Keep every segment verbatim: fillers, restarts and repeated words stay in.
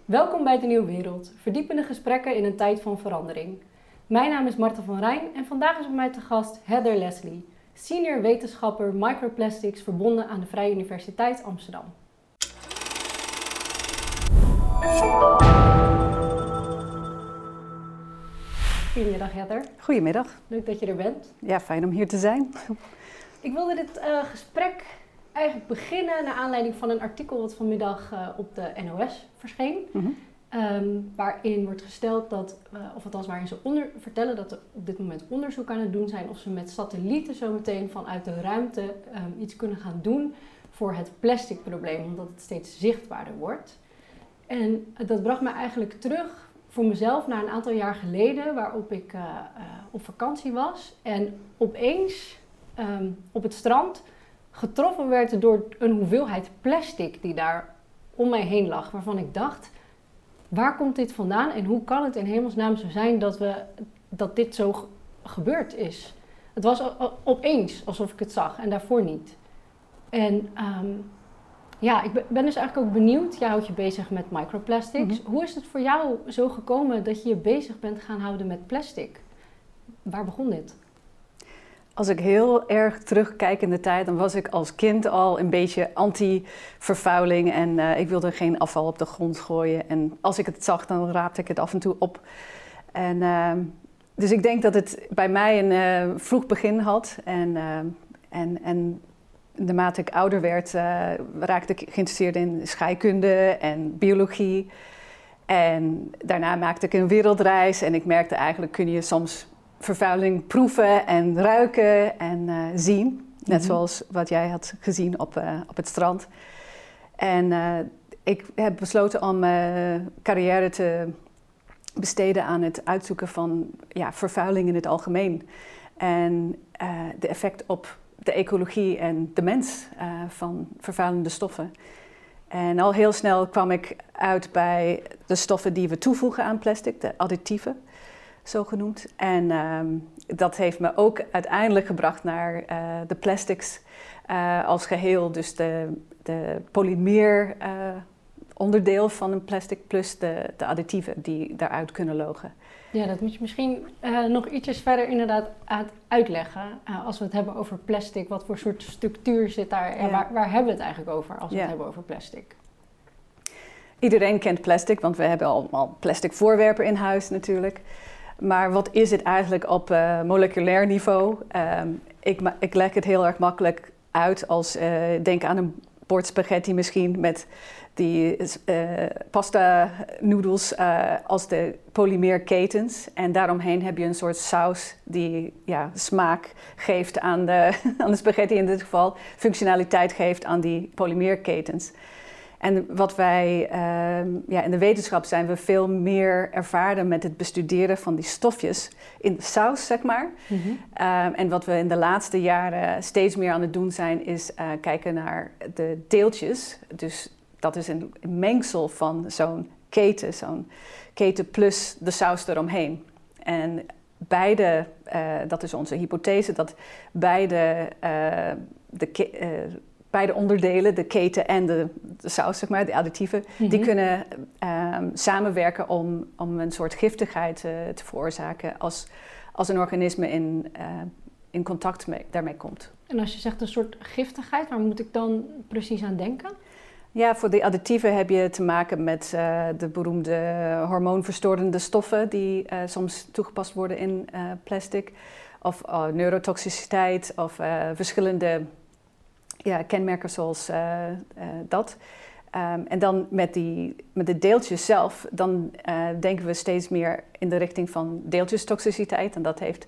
Welkom bij De Nieuwe Wereld, verdiepende gesprekken in een tijd van verandering. Mijn naam is Marta van Rijn en vandaag is bij mij te gast Heather Leslie, senior wetenschapper microplastics verbonden aan de Vrije Universiteit Amsterdam. Goedemiddag Heather. Goedemiddag. Leuk dat je er bent. Ja, fijn om hier te zijn. Ik wilde dit uh, gesprek eigenlijk beginnen naar aanleiding van een artikel wat vanmiddag uh, op de N O S verscheen. Mm-hmm. Um, waarin wordt gesteld dat, uh, of althans waarin ze onder, vertellen dat er op dit moment onderzoek aan het doen zijn of ze met satellieten zometeen vanuit de ruimte um, iets kunnen gaan doen voor het plastic probleem, omdat het steeds zichtbaarder wordt. En uh, dat bracht me eigenlijk terug voor mezelf naar een aantal jaar geleden, waarop ik uh, uh, op vakantie was en opeens um, op het strand getroffen werd door een hoeveelheid plastic die daar om mij heen lag, waarvan ik dacht, waar komt dit vandaan en hoe kan het in hemelsnaam zo zijn dat, we, dat dit zo g- gebeurd is? Het was opeens alsof ik het zag en daarvoor niet. En um, ja, ik ben dus eigenlijk ook benieuwd, jij houdt je bezig met microplastics. Mm-hmm. Hoe is het voor jou zo gekomen dat je je bezig bent gaan houden met plastic? Waar begon dit? Als ik heel erg terugkijk in de tijd, dan was ik als kind al een beetje anti-vervuiling en uh, ik wilde geen afval op de grond gooien. En als ik het zag, dan raapte ik het af en toe op. En, uh, dus ik denk dat het bij mij een uh, vroeg begin had. En, uh, en, en naarmate ik ouder werd, uh, raakte ik geïnteresseerd in scheikunde en biologie. En daarna maakte ik een wereldreis en ik merkte eigenlijk kun je soms vervuiling proeven en ruiken en uh, zien. Net mm-hmm. zoals wat jij had gezien op, uh, op het strand. En uh, ik heb besloten om mijn uh, carrière te besteden aan het uitzoeken van ja, vervuiling in het algemeen. En uh, de effect op de ecologie en de mens uh, van vervuilende stoffen. En al heel snel kwam ik uit bij de stoffen die we toevoegen aan plastic, de additieven. Zo genoemd. En um, dat heeft me ook uiteindelijk gebracht naar uh, de plastics uh, als geheel. Dus de, de polymeer uh, onderdeel van een plastic plus de, de additieven die daaruit kunnen logen. Ja, dat moet je misschien uh, nog ietsjes verder inderdaad uitleggen. Uh, als we het hebben over plastic, wat voor soort structuur zit daar? Ja. Waar, waar hebben we het eigenlijk over als we ja. het hebben over plastic? Iedereen kent plastic, want we hebben allemaal plastic voorwerpen in huis natuurlijk. Maar wat is het eigenlijk op uh, moleculair niveau? Um, ik, ik leg het heel erg makkelijk uit als, uh, denk aan een bord spaghetti misschien met die uh, pasta noedels uh, als de polymeerketens. En daaromheen heb je een soort saus die ja, smaak geeft aan de, aan de spaghetti in dit geval. Functionaliteit geeft aan die polymeerketens. En wat wij, uh, ja, in de wetenschap zijn we veel meer ervaren met het bestuderen van die stofjes in de saus, zeg maar. Mm-hmm. Uh, en wat we in de laatste jaren steeds meer aan het doen zijn, is uh, kijken naar de deeltjes. Dus dat is een mengsel van zo'n keten, zo'n keten plus de saus eromheen. En beide, uh, dat is onze hypothese, dat beide uh, de ke- uh, Beide onderdelen, de keten en de, de saus, zeg maar, de additieven, mm-hmm. die kunnen um, samenwerken om, om een soort giftigheid uh, te veroorzaken als, als een organisme in, uh, in contact mee, daarmee komt. En als je zegt een soort giftigheid, waar moet ik dan precies aan denken? Ja, voor de additieven heb je te maken met uh, de beroemde hormoonverstorende stoffen die uh, soms toegepast worden in uh, plastic. Of uh, neurotoxiciteit of uh, verschillende Ja, kenmerken zoals uh, uh, dat. Um, en dan met, die, met de deeltjes zelf, dan uh, denken we steeds meer in de richting van deeltjestoxiciteit. En dat heeft,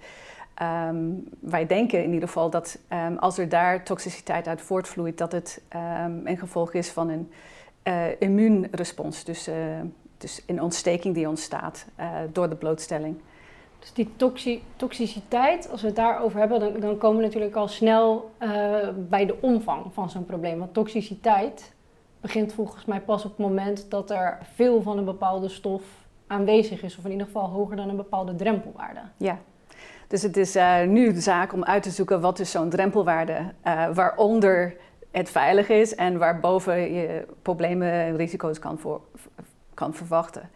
um, wij denken in ieder geval dat um, als er daar toxiciteit uit voortvloeit, dat het um, een gevolg is van een uh, immuunrespons. Dus, uh, dus een ontsteking die ontstaat uh, door de blootstelling. Dus die toxi- toxiciteit, als we het daarover hebben, dan, dan komen we natuurlijk al snel uh, bij de omvang van zo'n probleem. Want toxiciteit begint volgens mij pas op het moment dat er veel van een bepaalde stof aanwezig is. Of in ieder geval hoger dan een bepaalde drempelwaarde. Ja, dus het is uh, nu de zaak om uit te zoeken wat is zo'n drempelwaarde uh, waaronder het veilig is en waarboven je problemen en risico's kan voor, kan verwachten.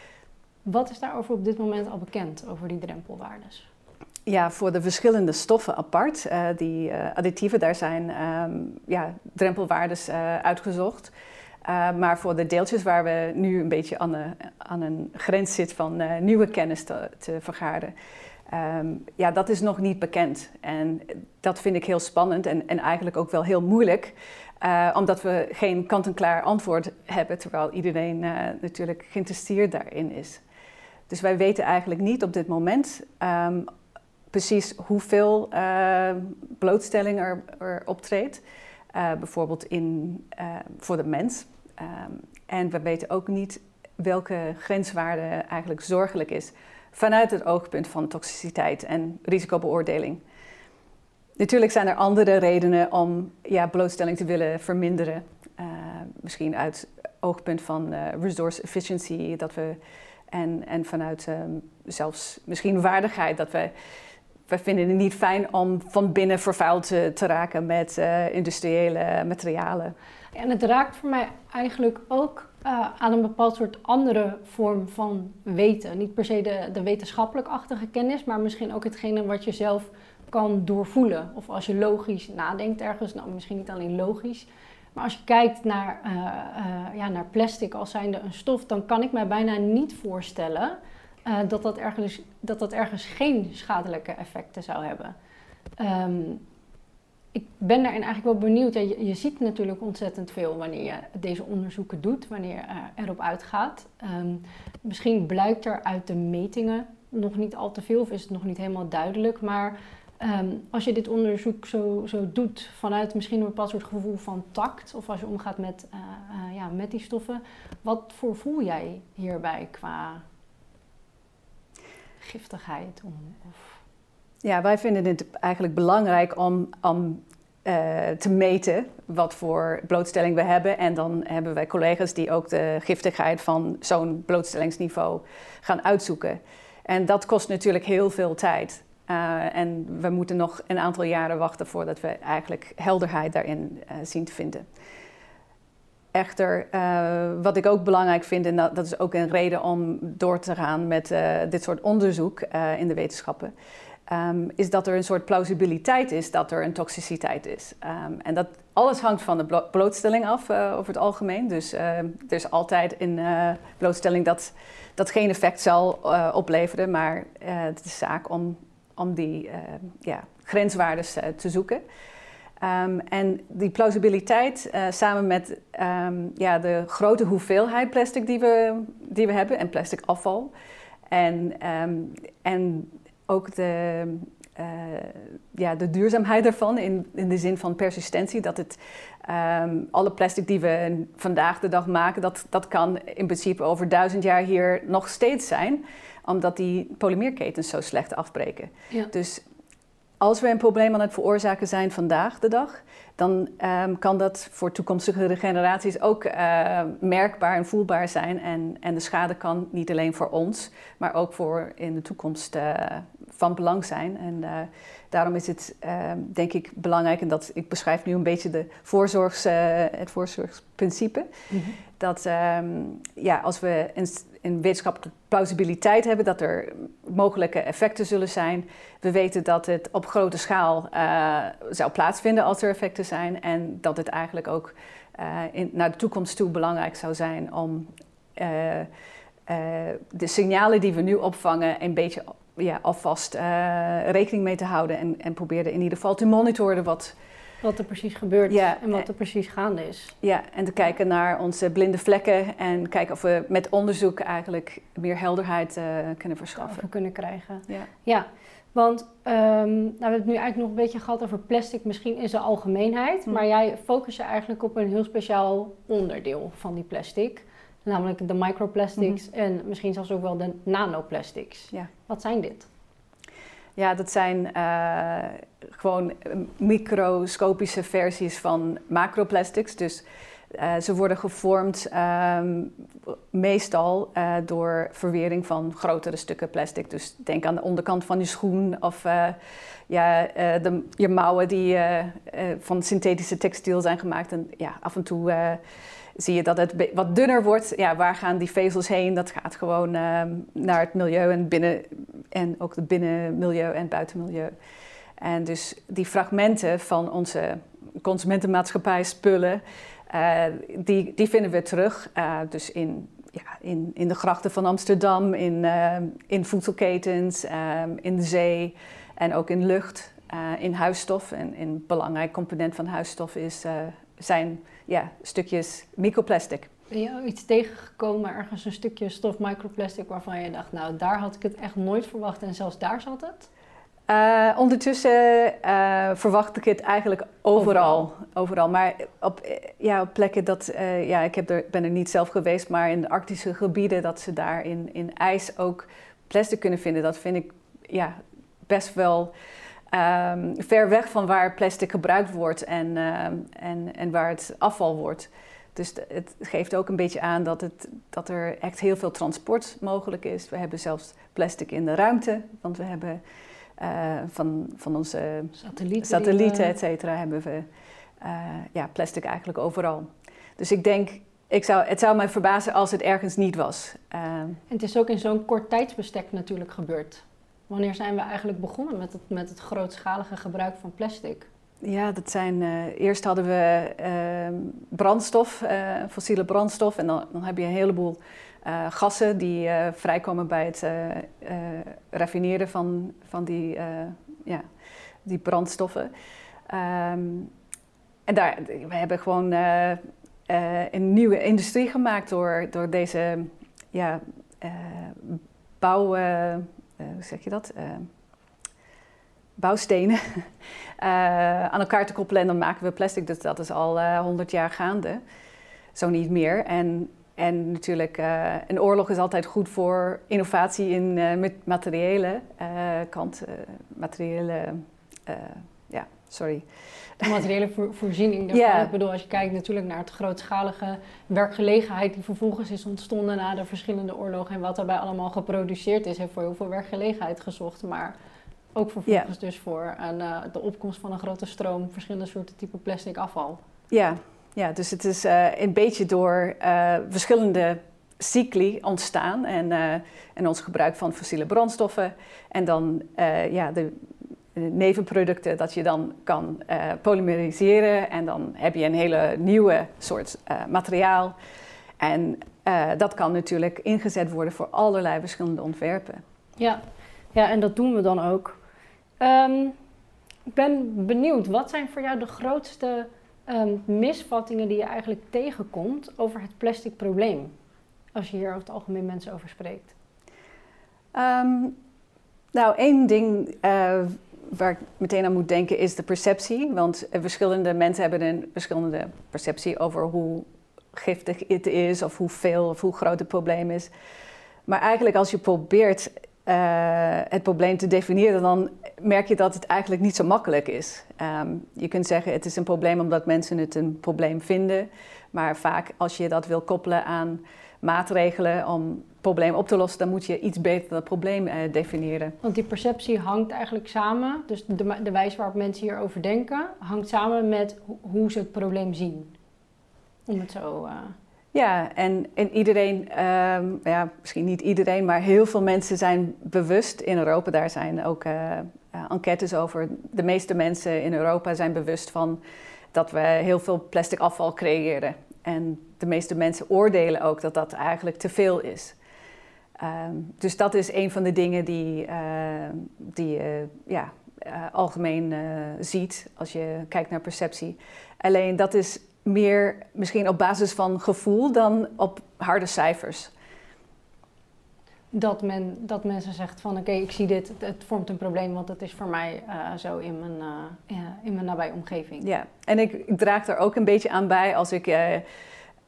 Wat is daarover op dit moment al bekend, over die drempelwaardes? Ja, voor de verschillende stoffen apart, uh, die uh, additieven, daar zijn um, ja, drempelwaardes uh, uitgezocht. Uh, maar voor de deeltjes waar we nu een beetje aan, de, aan een grens zitten van uh, nieuwe kennis te, te vergaren, um, ja, dat is nog niet bekend. En dat vind ik heel spannend en, en eigenlijk ook wel heel moeilijk, uh, omdat we geen kant-en-klaar antwoord hebben, terwijl iedereen uh, natuurlijk geïnteresseerd daarin is. Dus wij weten eigenlijk niet op dit moment um, precies hoeveel uh, blootstelling er, er optreedt. Uh, bijvoorbeeld in, uh, voor de mens. Um, en we weten ook niet welke grenswaarde eigenlijk zorgelijk is vanuit het oogpunt van toxiciteit en risicobeoordeling. Natuurlijk zijn er andere redenen om ja, blootstelling te willen verminderen. Uh, misschien uit het oogpunt van uh, resource efficiency dat we, en, en vanuit um, zelfs misschien waardigheid dat we... We vinden het niet fijn om van binnen vervuild te, te raken met uh, industriële materialen. En het raakt voor mij eigenlijk ook uh, aan een bepaald soort andere vorm van weten. Niet per se de, de wetenschappelijk-achtige kennis, maar misschien ook hetgene wat je zelf kan doorvoelen. Of als je logisch nadenkt ergens, nou misschien niet alleen logisch. Maar als je kijkt naar, uh, uh, ja, naar plastic als zijnde een stof, dan kan ik mij bijna niet voorstellen Uh, dat, dat, ergens, dat dat ergens geen schadelijke effecten zou hebben. Um, ik ben daarin eigenlijk wel benieuwd. Ja, je, je ziet natuurlijk ontzettend veel wanneer je deze onderzoeken doet, wanneer je uh, erop uitgaat. Um, misschien blijkt er uit de metingen nog niet al te veel, of is het nog niet helemaal duidelijk. Maar um, als je dit onderzoek zo, zo doet vanuit misschien een bepaald soort gevoel van tact, of als je omgaat met, uh, uh, ja, met die stoffen, wat voor voel jij hierbij qua giftigheid? Of... Ja, wij vinden het eigenlijk belangrijk om, om uh, te meten wat voor blootstelling we hebben. En dan hebben wij collega's die ook de giftigheid van zo'n blootstellingsniveau gaan uitzoeken. En dat kost natuurlijk heel veel tijd. Uh, en we moeten nog een aantal jaren wachten voordat we eigenlijk helderheid daarin uh, zien te vinden. Echter, uh, wat ik ook belangrijk vind, en dat, dat is ook een reden om door te gaan met uh, dit soort onderzoek uh, in de wetenschappen, um, is dat er een soort plausibiliteit is dat er een toxiciteit is. Um, en dat alles hangt van de blo- blootstelling af uh, over het algemeen. Dus uh, er is altijd een uh, blootstelling dat, dat geen effect zal uh, opleveren, maar uh, het is zaak om, om die uh, ja, grenswaardes uh, te zoeken. Um, en die plausibiliteit uh, samen met um, ja, de grote hoeveelheid plastic die we, die we hebben en plastic afval. En, um, en ook de, uh, ja, de duurzaamheid ervan in, in de zin van persistentie. Dat het, um, alle plastic die we vandaag de dag maken, dat, dat kan in principe over duizend jaar hier nog steeds zijn. Omdat die polymeerketens zo slecht afbreken. Ja. Dus als we een probleem aan het veroorzaken zijn vandaag de dag, dan um, kan dat voor toekomstige generaties ook uh, merkbaar en voelbaar zijn. En, en de schade kan niet alleen voor ons, maar ook voor in de toekomst uh, van belang zijn. En uh, daarom is het, uh, denk ik, belangrijk, en dat ik beschrijf nu een beetje de voorzorgs, uh, het voorzorgsprincipe, mm-hmm. dat um, ja, als we een, een wetenschappelijke plausibiliteit hebben, dat er mogelijke effecten zullen zijn. We weten dat het op grote schaal uh, zou plaatsvinden als er effecten zijn. En dat het eigenlijk ook uh, in, naar de toekomst toe belangrijk zou zijn om uh, uh, de signalen die we nu opvangen een beetje ja, alvast uh, rekening mee te houden. En, en proberen in ieder geval te monitoren wat... Wat er precies gebeurt ja, en wat er precies gaande is. Ja, en te kijken naar onze blinde vlekken en kijken of we met onderzoek eigenlijk meer helderheid uh, kunnen verschaffen. Of kunnen krijgen. Ja, ja want um, nou, we hebben het nu eigenlijk nog een beetje gehad over plastic, misschien in zijn algemeenheid. Mm. Maar jij focust je eigenlijk op een heel speciaal onderdeel van die plastic. Namelijk de microplastics mm-hmm. en misschien zelfs ook wel de nanoplastics. Ja. Wat zijn dit? Ja, dat zijn uh, gewoon microscopische versies van macroplastics. Dus Uh, ze worden gevormd um, meestal uh, door verwering van grotere stukken plastic. Dus denk aan de onderkant van je schoen of uh, ja, uh, de, je mouwen die uh, uh, van synthetische textiel zijn gemaakt. En ja, af en toe uh, zie je dat het be- wat dunner wordt. Ja, waar gaan die vezels heen? Dat gaat gewoon uh, naar het milieu en, binnen, en ook het binnenmilieu en buitenmilieu. En dus die fragmenten van onze consumentenmaatschappij spullen, uh, die, die vinden we terug. Uh, dus in, ja, in, in de grachten van Amsterdam, in, uh, in voedselketens, uh, in de zee en ook in lucht, uh, in huisstof. En een belangrijk component van huisstof is, uh, zijn ja, stukjes microplastic. Ben je iets tegengekomen, ergens een stukje stof microplastic waarvan je dacht, nou daar had ik het echt nooit verwacht en zelfs daar zat het? Uh, ondertussen uh, verwacht ik het eigenlijk overal. overal. overal. Maar op, ja, op plekken dat, uh, ja, ik heb er, ben er niet zelf geweest, maar in de Arctische gebieden, dat ze daar in, in ijs ook plastic kunnen vinden, dat vind ik ja, best wel um, ver weg van waar plastic gebruikt wordt en, uh, en, en waar het afval wordt. Dus het geeft ook een beetje aan dat, het, dat er echt heel veel transport mogelijk is. We hebben zelfs plastic in de ruimte, want we hebben uh, van, van onze satellieten, satellieten et cetera, hebben we uh, ja, plastic eigenlijk overal. Dus ik denk, ik zou, het zou mij verbazen als het ergens niet was. Uh, en het is ook in zo'n kort tijdsbestek natuurlijk gebeurd. Wanneer zijn we eigenlijk begonnen met het, met het grootschalige gebruik van plastic? Ja, dat zijn, uh, eerst hadden we uh, brandstof, uh, fossiele brandstof. En dan, dan heb je een heleboel uh, gassen die uh, vrijkomen bij het uh, uh, raffineren van, van die, uh, ja, die brandstoffen. Um, en daar, we hebben gewoon uh, uh, een nieuwe industrie gemaakt door, door deze ja, uh, bouw... Uh, uh, hoe zeg je dat? Uh, bouwstenen uh, aan elkaar te koppelen en dan maken we plastic. Dus dat is al honderd uh, jaar gaande. Zo niet meer. En, en natuurlijk, uh, een oorlog is altijd goed voor innovatie in uh, met materiële uh, kant. Uh, materiële, uh, ja, sorry. De materiële vo- voorziening daarvan. Yeah. Ik bedoel, als je kijkt natuurlijk naar het grootschalige werkgelegenheid die vervolgens is ontstonden na de verschillende oorlogen en wat daarbij allemaal geproduceerd is, heeft voor heel veel werkgelegenheid gezorgd. Maar ook vervolgens ja. dus voor een, uh, de opkomst van een grote stroom verschillende soorten type plastic afval. Ja, ja dus het is uh, een beetje door uh, verschillende cycli ontstaan en, uh, en ons gebruik van fossiele brandstoffen en dan uh, ja, de, de nevenproducten dat je dan kan uh, polymeriseren en dan heb je een hele nieuwe soort uh, materiaal en uh, dat kan natuurlijk ingezet worden voor allerlei verschillende ontwerpen. Ja. Ja, en dat doen we dan ook. Um, ik ben benieuwd, wat zijn voor jou de grootste um, misvattingen die je eigenlijk tegenkomt over het plastic probleem? Als je hier over het algemeen mensen over spreekt. Um, nou, één ding uh, waar ik meteen aan moet denken is de perceptie. Want uh, verschillende mensen hebben een verschillende perceptie over hoe giftig het is of hoeveel of hoe groot het probleem is. Maar eigenlijk als je probeert Uh, het probleem te definiëren, dan merk je dat het eigenlijk niet zo makkelijk is. Um, je kunt zeggen het is een probleem omdat mensen het een probleem vinden. Maar vaak als je dat wil koppelen aan maatregelen om het probleem op te lossen, dan moet je iets beter dat probleem uh, definiëren. Want die perceptie hangt eigenlijk samen, dus de, de wijze waarop mensen hierover denken, hangt samen met ho- hoe ze het probleem zien. Om het zo... Uh... Ja, en, en iedereen, um, ja, misschien niet iedereen, maar heel veel mensen zijn bewust in Europa. Daar zijn ook uh, uh, enquêtes over. De meeste mensen in Europa zijn bewust van dat we heel veel plastic afval creëren. En de meeste mensen oordelen ook dat dat eigenlijk te veel is. Um, dus dat is een van de dingen die, uh, die je uh, ja, uh, algemeen uh, ziet als je kijkt naar perceptie. Alleen dat is meer misschien op basis van gevoel dan op harde cijfers. Dat, men, dat mensen zegt van oké, okay, ik zie dit, het, het vormt een probleem, want het is voor mij uh, zo in mijn, uh, ja, in mijn nabije omgeving. Ja, en ik, ik draag daar ook een beetje aan bij als ik, uh,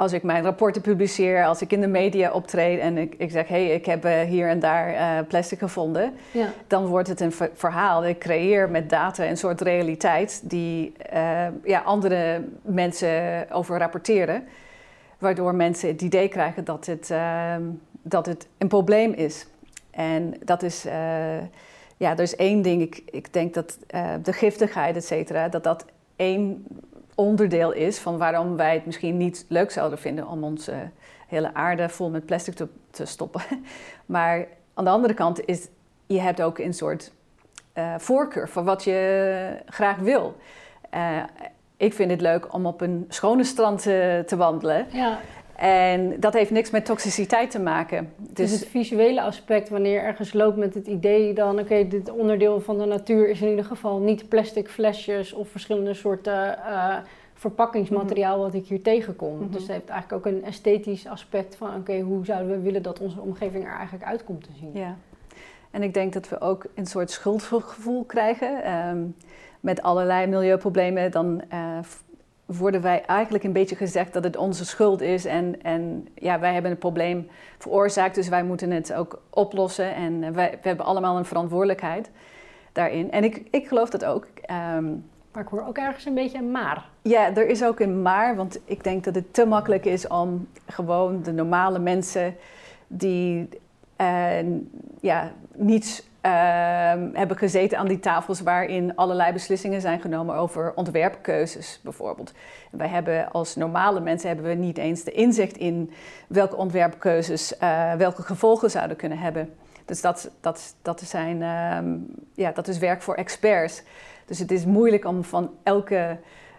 als ik mijn rapporten publiceer, als ik in de media optreed en ik, ik zeg, hé, hey, ik heb uh, hier en daar uh, plastic gevonden, ja. dan wordt het een verhaal. Ik creëer met data een soort realiteit die uh, ja, andere mensen over rapporteren, waardoor mensen het idee krijgen dat het, uh, dat het een probleem is. En dat is, uh, ja, er is één ding, ik, ik denk dat uh, de giftigheid, et cetera, dat dat één onderdeel is van waarom wij het misschien niet leuk zouden vinden om onze hele aarde vol met plastic te, te stoppen. Maar aan de andere kant is, je hebt ook een soort uh, voorkeur voor wat je graag wil. Uh, ik vind het leuk om op een schone strand te, te wandelen. Ja. En dat heeft niks met toxiciteit te maken. Dus, dus het visuele aspect, wanneer je ergens loopt met het idee dan, oké, okay, dit onderdeel van de natuur is in ieder geval niet plastic flesjes of verschillende soorten uh, verpakkingsmateriaal wat ik hier tegenkom. Mm-hmm. Dus het heeft eigenlijk ook een esthetisch aspect van, oké, okay, hoe zouden we willen dat onze omgeving er eigenlijk uit komt te zien? Ja, en ik denk dat we ook een soort schuldgevoel krijgen. Um, met allerlei milieuproblemen, dan uh, worden wij eigenlijk een beetje gezegd dat het onze schuld is. En, en ja, wij hebben een probleem veroorzaakt, dus wij moeten het ook oplossen. En uh, wij, we hebben allemaal een verantwoordelijkheid daarin. En ik, ik geloof dat ook. Um, maar ik hoor ook ergens een beetje een maar. Ja, er is ook een maar, want ik denk dat het te makkelijk is om gewoon de normale mensen die uh, ja, niets uh, hebben gezeten aan die tafels waarin allerlei beslissingen zijn genomen over ontwerpkeuzes bijvoorbeeld. Wij hebben als normale mensen hebben we niet eens de inzicht in welke ontwerpkeuzes uh, welke gevolgen zouden kunnen hebben. Dus dat, dat, dat, zijn, um, ja, dat is werk voor experts. Dus het is moeilijk om van elke,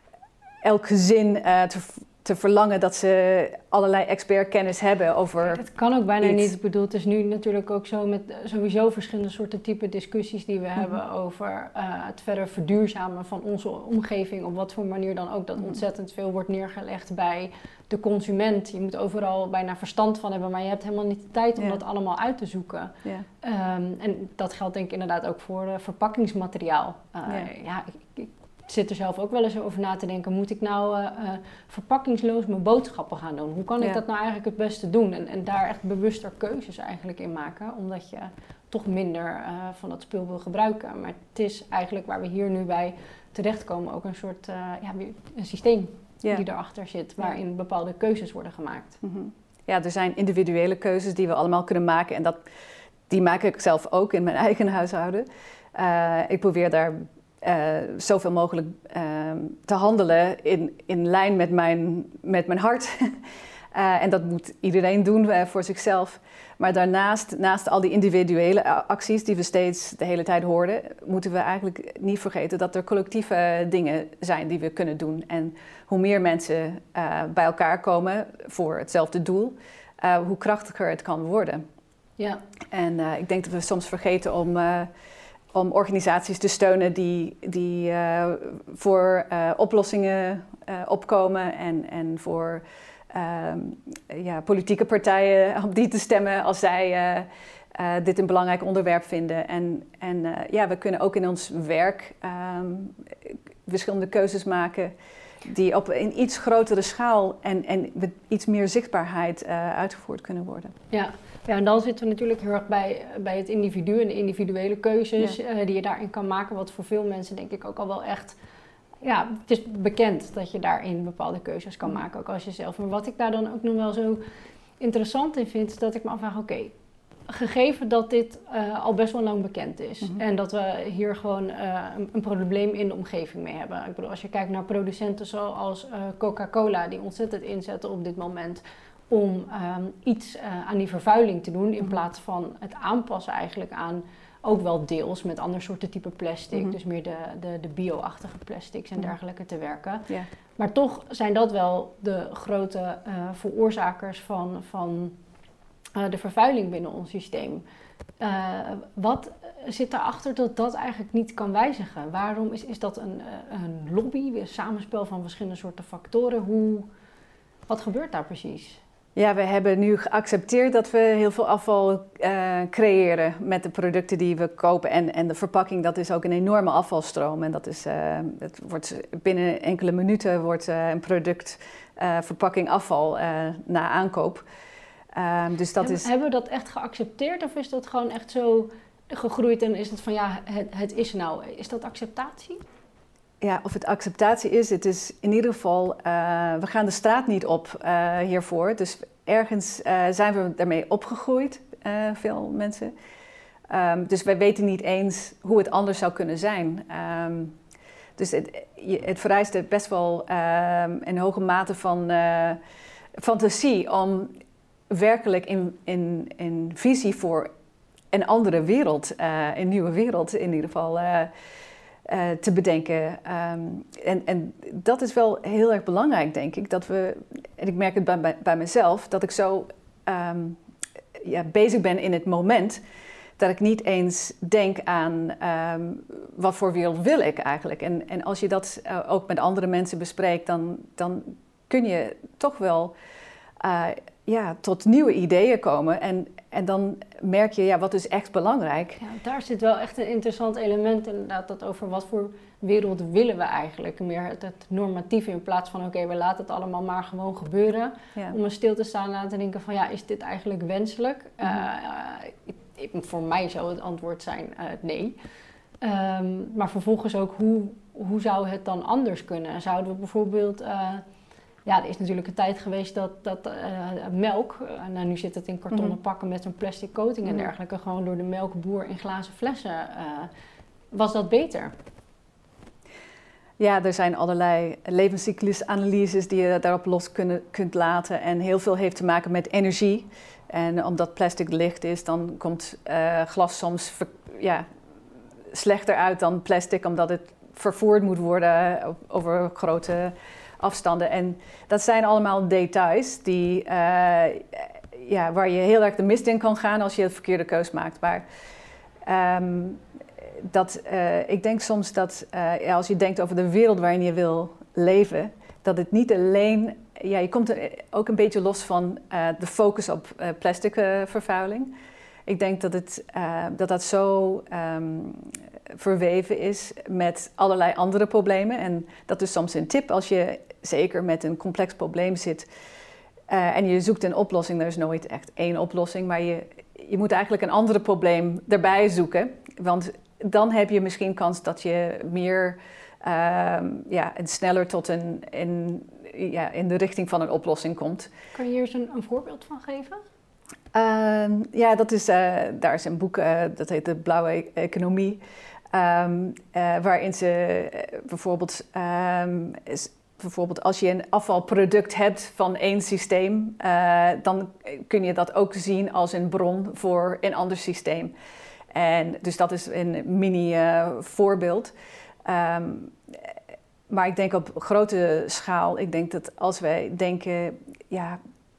elk gezin uh, te, te verlangen dat ze allerlei expertkennis hebben over. Ja, het kan ook bijna iets. niet. Ik bedoel, het is nu natuurlijk ook zo met sowieso verschillende soorten type discussies die we mm-hmm. hebben over uh, het verder verduurzamen van onze omgeving. Op wat voor manier dan ook. Dat mm-hmm. ontzettend veel wordt neergelegd bij de consument. Je moet overal bijna verstand van hebben, maar je hebt helemaal niet de tijd om ja. dat allemaal uit te zoeken. Ja. Um, en dat geldt denk ik inderdaad ook voor uh, verpakkingsmateriaal. Uh, ja, ja ik, ik zit er zelf ook wel eens over na te denken. Moet ik nou uh, uh, verpakkingsloos mijn boodschappen gaan doen? Hoe kan ik ja. dat nou eigenlijk het beste doen? En, en daar echt bewuster keuzes eigenlijk in maken. Omdat je toch minder uh, van dat spul wil gebruiken. Maar het is eigenlijk waar we hier nu bij terechtkomen ook een soort uh, ja, een systeem ja. die erachter zit. Waarin ja. bepaalde keuzes worden gemaakt. Mm-hmm. Ja, er zijn individuele keuzes die we allemaal kunnen maken. En dat, die maak ik zelf ook in mijn eigen huishouden. Uh, ik probeer daar Uh, zoveel mogelijk uh, te handelen in, in lijn met mijn, met mijn hart. uh, en dat moet iedereen doen uh, voor zichzelf. Maar daarnaast, naast al die individuele acties die we steeds de hele tijd hoorden, moeten we eigenlijk niet vergeten dat er collectieve dingen zijn die we kunnen doen. En hoe meer mensen uh, bij elkaar komen voor hetzelfde doel, uh, hoe krachtiger het kan worden. Ja. En uh, ik denk dat we soms vergeten om Uh, om organisaties te steunen die, die uh, voor uh, oplossingen uh, opkomen en, en voor uh, ja, politieke partijen op die te stemmen als zij uh, uh, dit een belangrijk onderwerp vinden. En, en uh, ja, we kunnen ook in ons werk um, verschillende keuzes maken die op een iets grotere schaal en, en met iets meer zichtbaarheid uh, uitgevoerd kunnen worden. Ja. Ja, en dan zitten we natuurlijk heel erg bij, bij het individu en de individuele keuzes ja. uh, die je daarin kan maken. Wat voor veel mensen denk ik ook al wel echt, ja, het is bekend dat je daarin bepaalde keuzes kan maken, ook als jezelf. Maar wat ik daar dan ook nog wel zo interessant in vind, is dat ik me afvraag, oké, okay, gegeven dat dit uh, al best wel lang bekend is mm-hmm. en dat we hier gewoon uh, een, een probleem in de omgeving mee hebben. Ik bedoel, als je kijkt naar producenten zoals uh, Coca-Cola, die ontzettend inzetten op dit moment om um, iets uh, aan die vervuiling te doen, in mm-hmm. plaats van het aanpassen eigenlijk aan ook wel deels met ander soorten type plastic, mm-hmm. dus meer de, de, de bio-achtige plastics en mm-hmm. dergelijke te werken. Yeah. Maar toch zijn dat wel de grote uh, veroorzakers van, van uh, de vervuiling binnen ons systeem. Uh, wat zit daarachter dat dat eigenlijk niet kan wijzigen? Waarom is, is dat een, een lobby, een samenspel van verschillende soorten factoren? Hoe, wat gebeurt daar precies? Ja, we hebben nu geaccepteerd dat we heel veel afval uh, creëren met de producten die we kopen. En, en de verpakking, dat is ook een enorme afvalstroom. En dat is, uh, het wordt binnen enkele minuten wordt uh, een product uh, verpakking afval uh, na aankoop. Uh, dus dat Heb, is... Hebben we dat echt geaccepteerd of is dat gewoon echt zo gegroeid en is het van ja, het, het is nou, is dat acceptatie? Ja, of het acceptatie is, het is in ieder geval, uh, we gaan de straat niet op uh, hiervoor. Dus ergens uh, zijn we daarmee opgegroeid, uh, veel mensen. Um, dus wij weten niet eens hoe het anders zou kunnen zijn. Um, dus het, het vereist best wel uh, een hoge mate van uh, fantasie om werkelijk in, in, in visie voor een andere wereld, uh, een nieuwe wereld in ieder geval... Uh, Uh, te bedenken. Um, en, en dat is wel heel erg belangrijk, denk ik. Dat we, en ik merk het bij, bij, bij mezelf, dat ik zo um, ja, bezig ben in het moment, dat ik niet eens denk aan um, wat voor wereld wil ik eigenlijk. En, en als je dat uh, ook met andere mensen bespreekt, dan, dan kun je toch wel uh, ja, tot nieuwe ideeën komen. En, en dan merk je, ja, wat is echt belangrijk? Ja, daar zit wel echt een interessant element inderdaad, dat over wat voor wereld willen we eigenlijk. Meer het, het normatieve in plaats van, oké, okay, we laten het allemaal maar gewoon gebeuren. Ja. Om er stil te staan en aan te denken van, ja, is dit eigenlijk wenselijk? Mm-hmm. Uh, ik, voor mij zou het antwoord zijn uh, nee. Um, maar vervolgens ook, hoe, hoe zou het dan anders kunnen? Zouden we bijvoorbeeld... Uh, Ja, er is natuurlijk een tijd geweest dat, dat uh, melk, uh, nou nu zit het in kartonnen mm-hmm. pakken met zo'n plastic coating en dergelijke, gewoon door de melkboer in glazen flessen. Uh, was dat beter? Ja, er zijn allerlei levenscyclusanalyses die je daarop los kunnen, kunt laten en heel veel heeft te maken met energie. En omdat plastic licht is, dan komt uh, glas soms ver, ja, slechter uit dan plastic, omdat het vervoerd moet worden over grote afstanden. En dat zijn allemaal details die, uh, ja, waar je heel erg de mist in kan gaan als je het verkeerde keus maakt. Maar um, dat, uh, ik denk soms dat uh, ja, als je denkt over de wereld waarin je wil leven, dat het niet alleen... Ja, je komt er ook een beetje los van uh, de focus op uh, plastic uh, vervuiling. Ik denk dat het, uh, dat, dat zo um, verweven is met allerlei andere problemen. En dat is soms een tip als je zeker met een complex probleem zit uh, en je zoekt een oplossing. Er is nooit echt één oplossing, maar je, je moet eigenlijk een ander probleem erbij zoeken. Want dan heb je misschien kans dat je meer uh, ja, en sneller tot een, een, ja, in de richting van een oplossing komt. Kan je hier eens een, een voorbeeld van geven? Uh, ja, dat is, uh, daar is een boek, uh, dat heet De Blauwe Economie. Um, uh, waarin ze uh, bijvoorbeeld, um, is, bijvoorbeeld als je een afvalproduct hebt van één systeem, uh, dan kun je dat ook zien als een bron voor een ander systeem. En dus dat is een mini uh, voorbeeld. Um, maar ik denk op grote schaal, ik denk dat als wij denken, ja,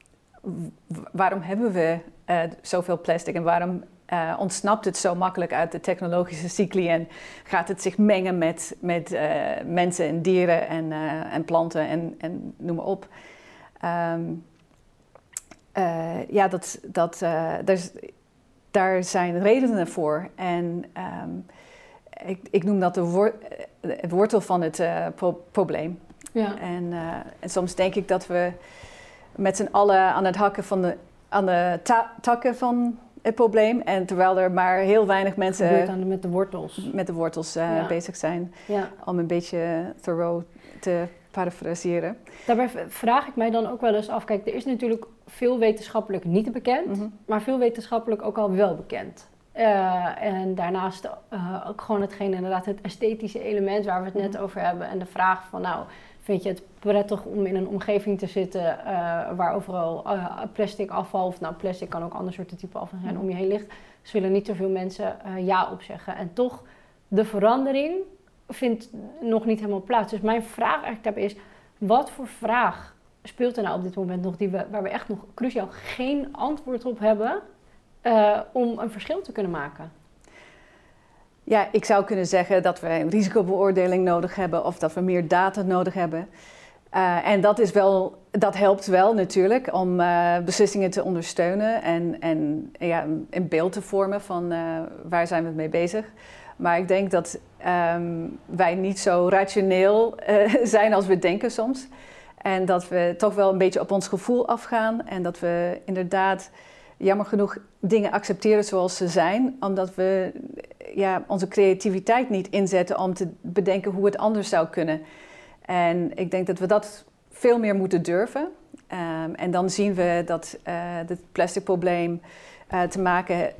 waarom hebben we uh, zoveel plastic en waarom uh, ontsnapt het zo makkelijk uit de technologische cycli en gaat het zich mengen met, met uh, mensen en dieren en, uh, en planten en, en noem maar op. Um, uh, ja, dat, dat, uh, daar, daar zijn redenen voor. En um, ik, ik noem dat de wor- het wortel van het uh, pro- probleem. Ja. En, uh, en soms denk ik dat we met z'n allen aan het hakken van de, aan de ta- takken van het probleem. En terwijl er maar heel weinig mensen aan de, met de wortels, met de wortels uh, ja. bezig zijn. Ja. Om een beetje Thoreau te parafraseren. Daarbij vraag ik mij dan ook wel eens af. Kijk, er is natuurlijk veel wetenschappelijk niet bekend. Mm-hmm. Maar veel wetenschappelijk ook al wel bekend. Uh, en daarnaast uh, ook gewoon hetgeen inderdaad het esthetische element waar we het net mm-hmm. over hebben. En de vraag van nou... Vind je het prettig om in een omgeving te zitten uh, waar overal uh, plastic afval, of nou plastic kan ook ander soorten type afval zijn, om je heen ligt. Zullen niet zoveel mensen uh, ja op zeggen. En toch, de verandering vindt nog niet helemaal plaats. Dus mijn vraag eigenlijk daarbij is, wat voor vraag speelt er nou op dit moment nog die we, waar we echt nog cruciaal geen antwoord op hebben uh, om een verschil te kunnen maken? Ja, ik zou kunnen zeggen dat we een risicobeoordeling nodig hebben of dat we meer data nodig hebben. Uh, en dat, is wel, dat helpt wel natuurlijk om uh, beslissingen te ondersteunen en, en ja, een beeld te vormen van uh, waar zijn we mee bezig. Maar ik denk dat um, wij niet zo rationeel uh, zijn als we denken soms. En dat we toch wel een beetje op ons gevoel afgaan. En dat we inderdaad, jammer genoeg, dingen accepteren zoals ze zijn. Omdat we ja, onze creativiteit niet inzetten om te bedenken hoe het anders zou kunnen. En ik denk dat we dat veel meer moeten durven. Um, en dan zien we dat uh, het plastic probleem uh, te maken uh,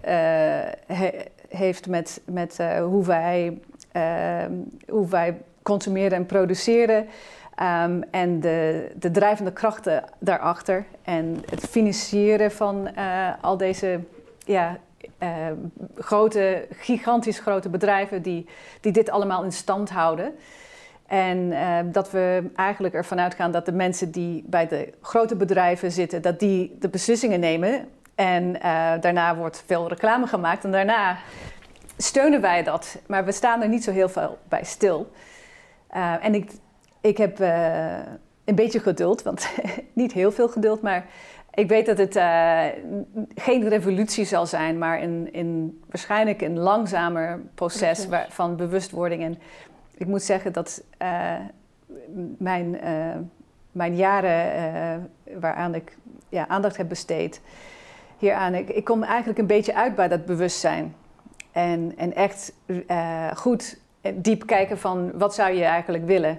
he, heeft met, met uh, hoe, wij, uh, hoe wij consumeren en produceren. Um, en de, de drijvende krachten daarachter. En het financieren van uh, al deze ja, uh, grote, gigantisch grote bedrijven die, die dit allemaal in stand houden. En uh, dat we eigenlijk ervan uitgaan dat de mensen die bij de grote bedrijven zitten, dat die de beslissingen nemen. En uh, daarna wordt veel reclame gemaakt en daarna steunen wij dat. Maar we staan er niet zo heel veel bij stil. Uh, en ik, ik heb uh, een beetje geduld, want niet heel veel geduld, maar ik weet dat het uh, geen revolutie zal zijn, maar een, een, waarschijnlijk een langzamer proces waar, van bewustwording. En ik moet zeggen dat uh, mijn, uh, mijn jaren uh, waaraan ik ja, aandacht heb besteed hieraan, ik, ik kom eigenlijk een beetje uit bij dat bewustzijn. En, en echt uh, goed diep kijken van wat zou je eigenlijk willen.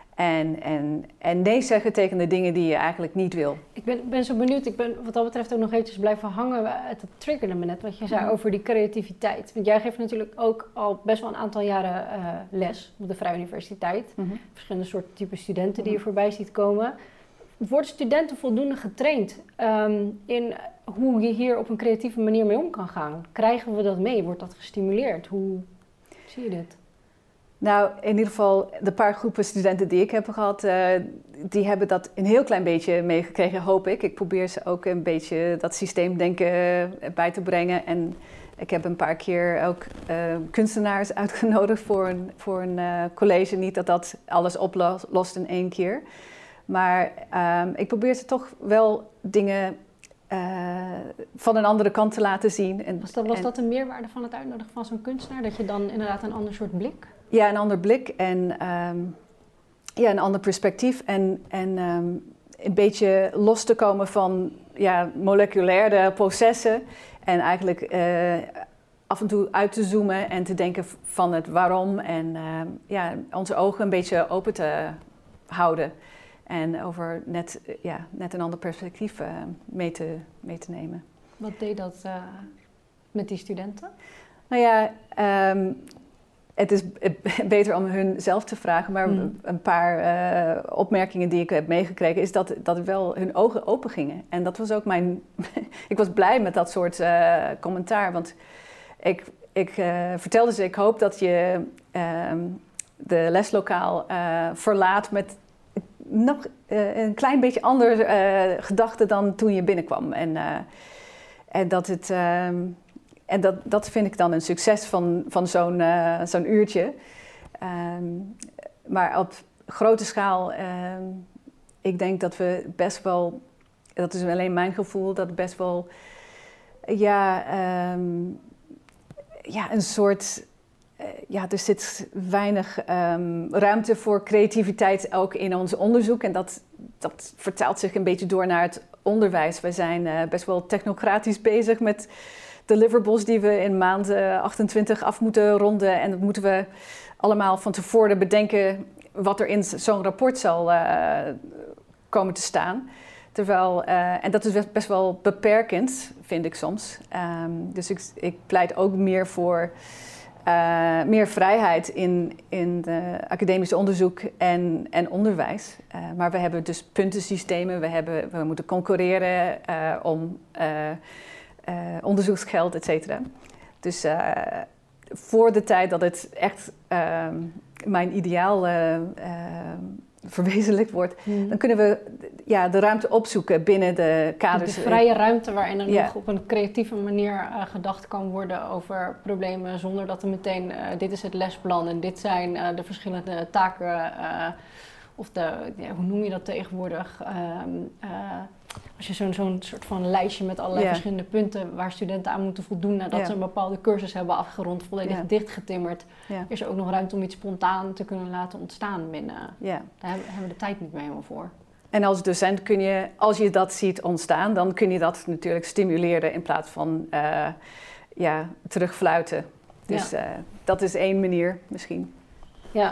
En, en, en nee zeggen tegen de dingen die je eigenlijk niet wil. Ik ben, ben zo benieuwd. Ik ben wat dat betreft ook nog eventjes blijven hangen. Het triggerde me net wat je zei over die creativiteit. Want jij geeft natuurlijk ook al best wel een aantal jaren uh, les op de Vrije Universiteit. Mm-hmm. Verschillende soorten type studenten mm-hmm. die je voorbij ziet komen. Worden studenten voldoende getraind um, in hoe je hier op een creatieve manier mee om kan gaan? Krijgen we dat mee? Wordt dat gestimuleerd? Hoe zie je dit? Nou, in ieder geval de paar groepen studenten die ik heb gehad, uh, die hebben dat een heel klein beetje meegekregen, hoop ik. Ik probeer ze ook een beetje dat systeemdenken bij te brengen. En ik heb een paar keer ook uh, kunstenaars uitgenodigd voor een, voor een uh, college. Niet dat dat alles oplost in één keer. Maar um, ik probeer ze toch wel dingen uh, van een andere kant te laten zien. En, was dat, was en, dat een meerwaarde van het uitnodigen van zo'n kunstenaar? Dat je dan inderdaad een ander soort blik... Ja, een ander blik en um, ja, een ander perspectief. En, en um, een beetje los te komen van ja, moleculaire processen. En eigenlijk uh, af en toe uit te zoomen en te denken van het waarom. En uh, ja, onze ogen een beetje open te houden. En over net, ja, net een ander perspectief uh, mee, te, mee te nemen. Wat deed dat uh, met die studenten? Nou ja... Um, Het is beter om hun zelf te vragen, maar mm. een paar uh, opmerkingen die ik heb meegekregen is dat, dat wel hun ogen open gingen. En dat was ook mijn... ik was blij met dat soort uh, commentaar, want ik, ik uh, vertelde ze, ik hoop dat je uh, de leslokaal uh, verlaat met nog uh, een klein beetje andere uh, gedachten dan toen je binnenkwam. En, uh, en dat het... Uh, En dat, dat vind ik dan een succes van, van zo'n, uh, zo'n uurtje. Um, maar op grote schaal, um, ik denk dat we best wel, dat is alleen mijn gevoel, dat best wel, ja, um, ja een soort, uh, ja, er zit weinig um, ruimte voor creativiteit ook in ons onderzoek. En dat, dat vertaalt zich een beetje door naar het onderwijs. We zijn uh, best wel technocratisch bezig met deliverables die we in maand uh, achtentwintig af moeten ronden. En dat moeten we allemaal van tevoren bedenken wat er in zo'n rapport zal uh, komen te staan. Terwijl, uh, en dat is best wel beperkend, vind ik soms. Um, dus ik, ik pleit ook meer voor uh, meer vrijheid in, in de academische onderzoek en, en onderwijs. Uh, maar we hebben dus puntensystemen, we, hebben, we moeten concurreren uh, om... Uh, Uh, onderzoeksgeld, et cetera. Dus uh, voor de tijd dat het echt uh, mijn ideaal uh, uh, verwezenlijkt wordt, mm. dan kunnen we ja, de ruimte opzoeken binnen de kaders. De vrije ruimte waarin er ja. nog op een creatieve manier uh, gedacht kan worden over problemen, zonder dat er meteen, uh, dit is het lesplan en dit zijn uh, de verschillende taken uh, of de, ja, hoe noem je dat tegenwoordig? Um, uh, als je zo'n, zo'n soort van lijstje met allerlei yeah. verschillende punten waar studenten aan moeten voldoen nadat yeah. ze een bepaalde cursus hebben afgerond, volledig yeah. dichtgetimmerd, yeah. is er ook nog ruimte om iets spontaan te kunnen laten ontstaan binnen. Yeah. Daar hebben, hebben we de tijd niet meer helemaal voor. En als docent kun je, als je dat ziet ontstaan, dan kun je dat natuurlijk stimuleren in plaats van uh, ja, terugfluiten. Dus ja. uh, dat is één manier misschien. Ja.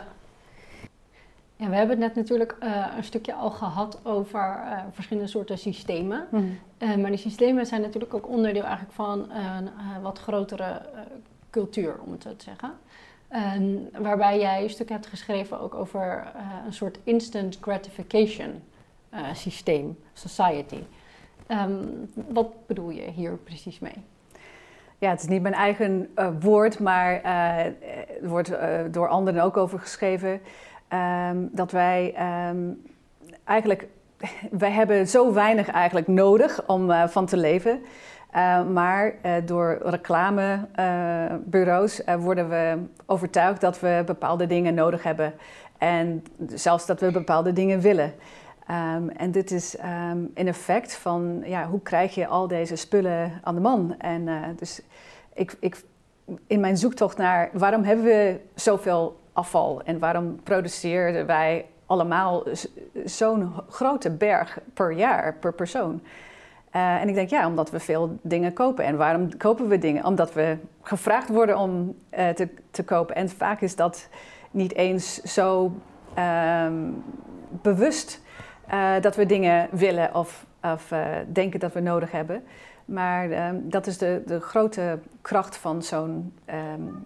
Ja, we hebben het net natuurlijk uh, een stukje al gehad over uh, verschillende soorten systemen. Mm. Uh, maar die systemen zijn natuurlijk ook onderdeel eigenlijk van een uh, wat grotere uh, cultuur, om het zo te zeggen. Um, waarbij jij een stuk hebt geschreven ook over uh, een soort instant gratification uh, systeem, society. Um, wat bedoel je hier precies mee? Ja, het is niet mijn eigen uh, woord, maar uh, er wordt uh, door anderen ook over geschreven. Um, dat wij um, eigenlijk, wij hebben zo weinig eigenlijk nodig om uh, van te leven. Uh, maar uh, door reclamebureaus uh, uh, worden we overtuigd dat we bepaalde dingen nodig hebben. En zelfs dat we bepaalde dingen willen. Um, en dit is um, een effect van, ja, hoe krijg je al deze spullen aan de man? En uh, dus ik, ik, in mijn zoektocht naar waarom hebben we zoveel afval en waarom produceren wij allemaal zo'n grote berg per jaar, per persoon? Uh, en ik denk, ja, omdat we veel dingen kopen. En waarom kopen we dingen? Omdat we gevraagd worden om uh, te, te kopen. En vaak is dat niet eens zo um, bewust uh, dat we dingen willen of, of uh, denken dat we nodig hebben. Maar um, dat is de, de grote kracht van zo'n um,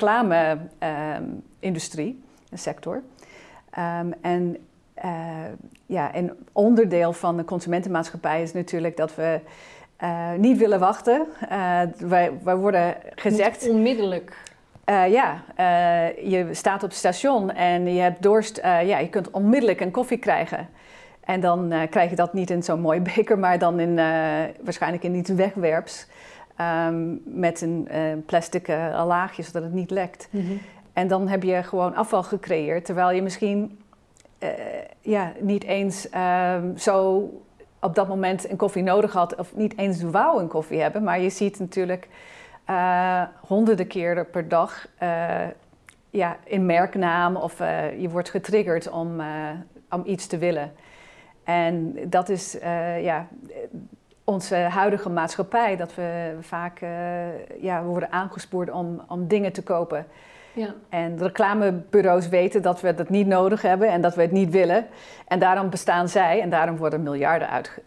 reclame-industrie, um, sector. Um, en uh, ja, een onderdeel van de consumentenmaatschappij is natuurlijk dat we uh, niet willen wachten. Uh, wij, wij worden gezegd... Niet onmiddellijk. Uh, ja, uh, je staat op het station en je hebt dorst. Uh, ja, je kunt onmiddellijk een koffie krijgen. En dan uh, krijg je dat niet in zo'n mooie beker, maar dan in, uh, waarschijnlijk in iets wegwerps. Um, met een uh, plastic uh, laagje, zodat het niet lekt. Mm-hmm. En dan heb je gewoon afval gecreëerd, terwijl je misschien uh, ja, niet eens um, zo op dat moment een koffie nodig had, of niet eens wou een koffie hebben. Maar je ziet natuurlijk uh, honderden keren per dag uh, ja, in merknaam of uh, je wordt getriggerd om, uh, om iets te willen. En dat is uh, ja, onze huidige maatschappij, dat we vaak uh, ja, we worden aangespoord om, om dingen te kopen. Ja. En reclamebureaus weten dat we dat niet nodig hebben en dat we het niet willen. En daarom bestaan zij en daarom worden miljarden uitge,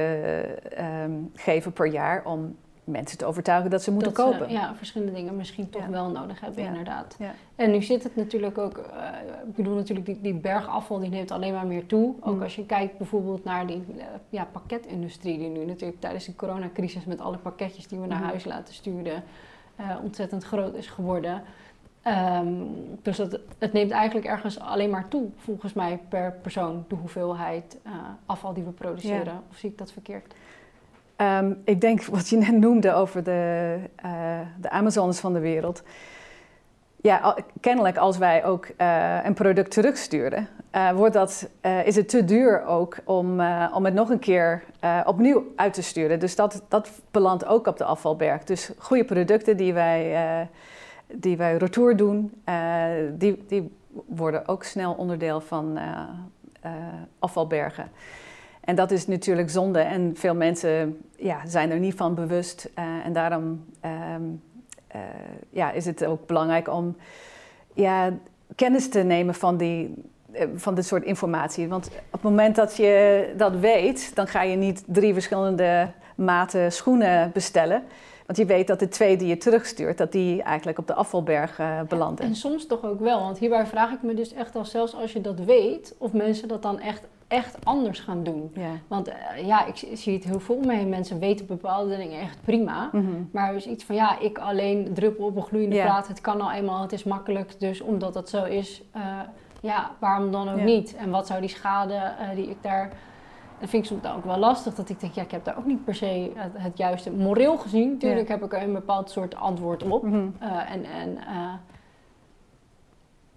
uitgegeven per jaar om mensen te overtuigen dat ze moeten dat, kopen. Uh, ja, verschillende dingen misschien toch ja. wel nodig hebben, ja. inderdaad. Ja. En nu zit het natuurlijk ook, uh, ik bedoel natuurlijk die, die bergafval die neemt alleen maar meer toe. Ook mm. als je kijkt bijvoorbeeld naar die uh, ja, pakketindustrie die nu natuurlijk tijdens de coronacrisis met alle pakketjes die we naar mm. huis laten sturen uh, ontzettend groot is geworden. Um, dus dat, het neemt eigenlijk ergens alleen maar toe, volgens mij, per persoon, de hoeveelheid uh, afval die we produceren. Ja. Of zie ik dat verkeerd? Um, ik denk wat je net noemde over de, uh, de Amazones van de wereld. Ja, kennelijk als wij ook uh, een product terugsturen, uh, wordt dat, uh, is het te duur ook om, uh, om het nog een keer uh, opnieuw uit te sturen. Dus dat, dat belandt ook op de afvalberg. Dus goede producten die wij, uh, die wij retour doen, uh, die, die worden ook snel onderdeel van uh, uh, afvalbergen. En dat is natuurlijk zonde en veel mensen ja, zijn er niet van bewust. Uh, en daarom um, uh, ja, is het ook belangrijk om ja, kennis te nemen van, die, uh, van dit soort informatie. Want op het moment dat je dat weet, dan ga je niet drie verschillende maten schoenen bestellen. Want je weet dat de twee die je terugstuurt, dat die eigenlijk op de afvalberg uh, belanden. Ja, en soms toch ook wel, want hierbij vraag ik me dus echt al, zelfs als je dat weet, of mensen dat dan echt... echt anders gaan doen. Ja. Want uh, ja, ik zie het heel veel mee. Mensen weten bepaalde dingen echt prima. Mm-hmm. Maar dus iets van, ja, ik alleen druppel op een gloeiende yeah. plaat. Het kan al eenmaal, het is makkelijk. Dus omdat dat zo is, uh, ja, waarom dan ook yeah. niet? En wat zou die schade uh, die ik daar... Dat vind ik soms ook wel lastig. Dat ik denk, ja, ik heb daar ook niet per se het, het juiste... Moreel gezien, natuurlijk yeah. heb ik er een bepaald soort antwoord op. Mm-hmm. Uh, en... en uh,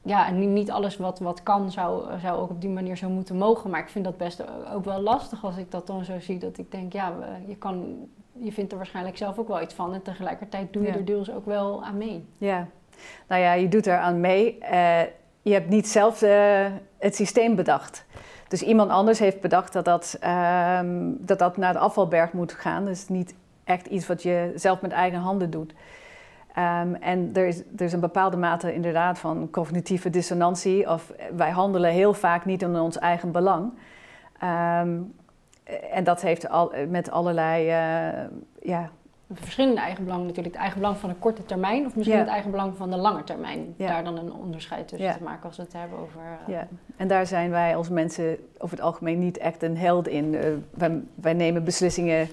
ja, en niet, niet alles wat, wat kan zou, zou ook op die manier zo moeten mogen. Maar ik vind dat best ook wel lastig als ik dat dan zo zie. Dat ik denk, ja, je, kan, je vindt er waarschijnlijk zelf ook wel iets van. En tegelijkertijd doe je ja. er deels ook wel aan mee. Ja, nou ja, je doet er aan mee. Uh, je hebt niet zelf uh, het systeem bedacht. Dus iemand anders heeft bedacht dat dat, um, dat dat naar de afvalberg moet gaan. Dus niet echt iets wat je zelf met eigen handen doet. Um, en er is, er is een bepaalde mate inderdaad van cognitieve dissonantie. Of wij handelen heel vaak niet in ons eigen belang. Um, en dat heeft al, met allerlei... Uh, ja, verschillende eigen belangen natuurlijk. Het eigen belang van de korte termijn of misschien ja. het eigen belang van de lange termijn. Ja. Daar dan een onderscheid tussen ja. te maken als we het hebben over... Uh... Ja. En daar zijn wij als mensen over het algemeen niet echt een held in. Uh, wij, wij nemen beslissingen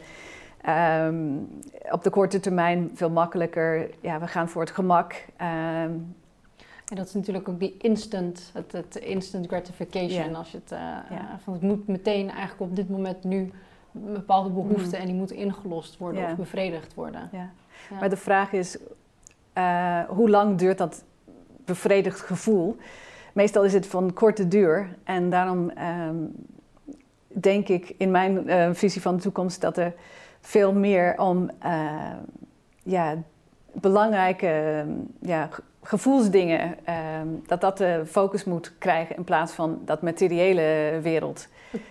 um, op de korte termijn veel makkelijker. Ja, we gaan voor het gemak. Um, En dat is natuurlijk ook die instant, het, het instant gratification. Ja. Als je het, uh, ja. van het moet meteen eigenlijk op dit moment nu bepaalde behoeften mm. en die moeten ingelost worden ja. of bevredigd worden. Ja. Ja. Maar de vraag is, uh, hoe lang duurt dat bevredigd gevoel? Meestal is het van korte duur en daarom um, denk ik in mijn uh, visie van de toekomst dat er veel meer om uh, ja, belangrijke uh, ja, gevoelsdingen, uh, dat dat de focus moet krijgen in plaats van dat materiële wereld.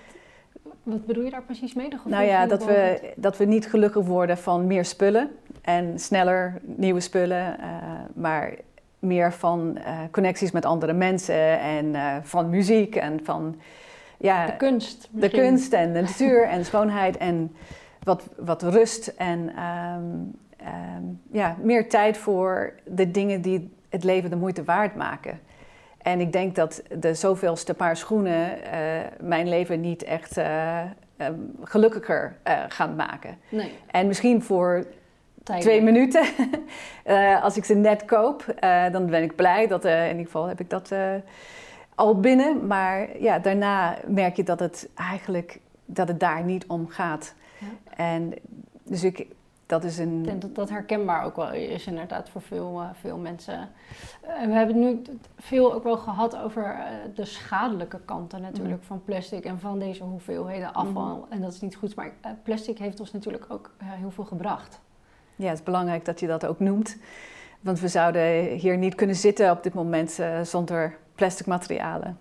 Wat bedoel je daar precies mee? De nou ja, dat we, dat we niet gelukkig worden van meer spullen en sneller nieuwe spullen, uh, maar meer van uh, connecties met andere mensen en uh, van muziek en van ja, de kunst. De kunst en de natuur en schoonheid en wat, wat rust en um, um, ja, meer tijd voor de dingen die het leven de moeite waard maken. En ik denk dat de zoveelste paar schoenen uh, mijn leven niet echt uh, um, gelukkiger uh, gaan maken. Nee. En misschien voor Tijdelijk. twee minuten, uh, als ik ze net koop, uh, dan ben ik blij. Dat, uh, in ieder geval heb ik dat uh, al binnen. Maar ja, daarna merk je dat het eigenlijk dat het daar niet om gaat. Ja. En dus ik... Dat is een... Ik denk dat dat herkenbaar ook wel is inderdaad voor veel, uh, veel mensen. Uh, we hebben het nu veel ook wel gehad over uh, de schadelijke kanten natuurlijk mm. van plastic en van deze hoeveelheden afval. Mm. En dat is niet goed, maar uh, plastic heeft ons natuurlijk ook uh, heel veel gebracht. Ja, het is belangrijk dat je dat ook noemt. Want we zouden hier niet kunnen zitten op dit moment uh, zonder plastic materialen.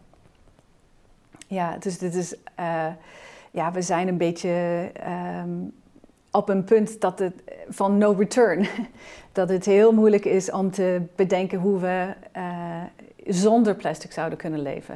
Ja, dus dit is... Uh, ja, we zijn een beetje... Um, op een punt dat het, van no return. Dat het heel moeilijk is om te bedenken hoe we uh, zonder plastic zouden kunnen leven.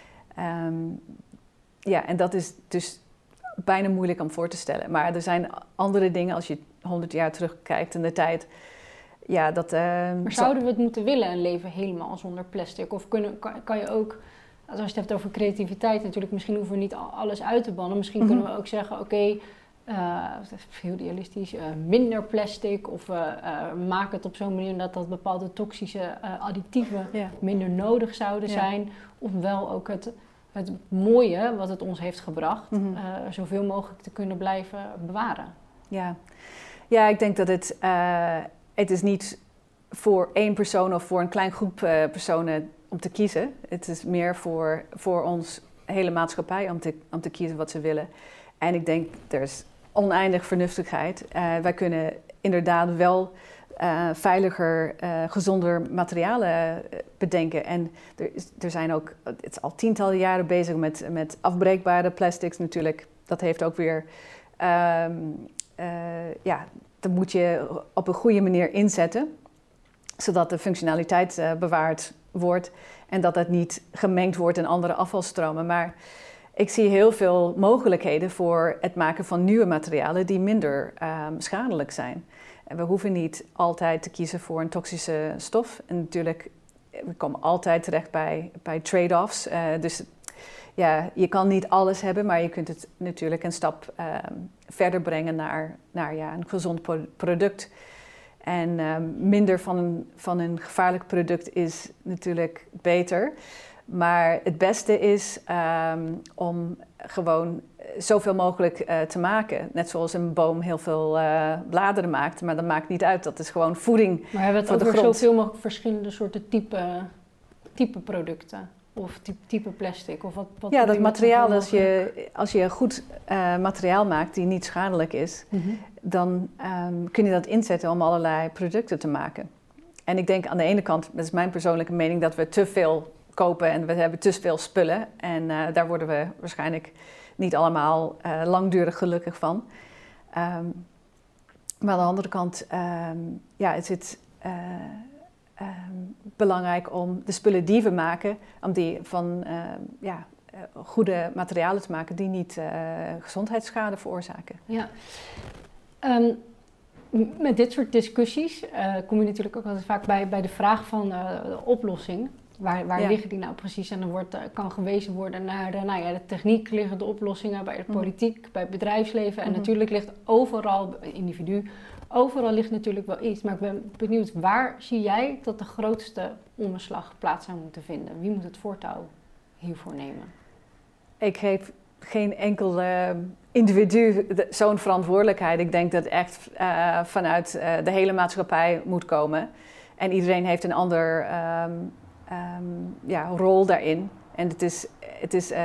Um, ja, en dat is dus bijna moeilijk om voor te stellen. Maar er zijn andere dingen als je honderd jaar terugkijkt in de tijd. Ja, dat, uh, maar zouden we het moeten willen, een leven helemaal zonder plastic? Of kunnen, kan, kan je ook, als je het hebt over creativiteit natuurlijk, misschien hoeven we niet alles uit te bannen. Misschien mm-hmm. kunnen we ook zeggen, oké, okay, Uh, heel idealistisch, uh, minder plastic of uh, uh, maak het op zo'n manier dat dat bepaalde toxische uh, additieven ja. minder nodig zouden ja. zijn. Om wel ook het, het mooie wat het ons heeft gebracht, mm-hmm. uh, zoveel mogelijk te kunnen blijven bewaren. Ja, ja ik denk dat het, uh, het is niet voor één persoon of voor een klein groep uh, personen om te kiezen. Het is meer voor, voor ons hele maatschappij om te, om te kiezen wat ze willen. En ik denk, er is oneindig vernuftigheid. Uh, wij kunnen inderdaad wel uh, veiliger, uh, gezonder materialen uh, bedenken. En er, is, er zijn ook, het is al tientallen jaren bezig met, met afbreekbare plastics natuurlijk. Dat heeft ook weer, um, uh, ja, dat moet je op een goede manier inzetten. Zodat de functionaliteit uh, bewaard wordt en dat dat niet gemengd wordt in andere afvalstromen. Maar ik zie heel veel mogelijkheden voor het maken van nieuwe materialen die minder um, schadelijk zijn. En we hoeven niet altijd te kiezen voor een toxische stof. En natuurlijk, we komen altijd terecht bij, bij trade-offs. Uh, dus ja, je kan niet alles hebben, maar je kunt het natuurlijk een stap um, verder brengen naar, naar ja, een gezond product. En um, minder van een, van een gevaarlijk product is natuurlijk beter. Maar het beste is um, om gewoon zoveel mogelijk uh, te maken. Net zoals een boom heel veel uh, bladeren maakt, maar dat maakt niet uit. Dat is gewoon voeding. Maar we hebben het voor over de grond. Zoveel mogelijk verschillende soorten type type producten of type, type plastic? Of wat, wat ja, dat je materiaal, als je, als je goed uh, materiaal maakt die niet schadelijk is, mm-hmm. dan um, kun je dat inzetten om allerlei producten te maken. En ik denk aan de ene kant, dat is mijn persoonlijke mening, dat we te veel kopen en we hebben te veel spullen. En uh, daar worden we waarschijnlijk niet allemaal uh, langdurig gelukkig van. Um, maar aan de andere kant, um, ja, is het uh, um, belangrijk om de spullen die we maken, om die van uh, ja, uh, goede materialen te maken die niet uh, gezondheidsschade veroorzaken. Ja. Um, met dit soort discussies uh, kom je natuurlijk ook altijd vaak bij, bij de vraag van uh, de oplossing. Waar, waar ja. liggen die nou precies? En dan wordt, uh, kan gewezen worden naar de, nou ja, de techniek, liggen de oplossingen bij de politiek, mm-hmm. bij het bedrijfsleven. En mm-hmm. natuurlijk ligt overal, individu, overal ligt natuurlijk wel iets. Maar ik ben benieuwd, waar zie jij dat de grootste omslag plaats zou moeten vinden? Wie moet het voortouw hiervoor nemen? Ik geef geen enkel uh, individu zo'n verantwoordelijkheid. Ik denk dat het echt uh, vanuit uh, de hele maatschappij moet komen. En iedereen heeft een ander um, um, ja, rol daarin. En het is, het is, uh,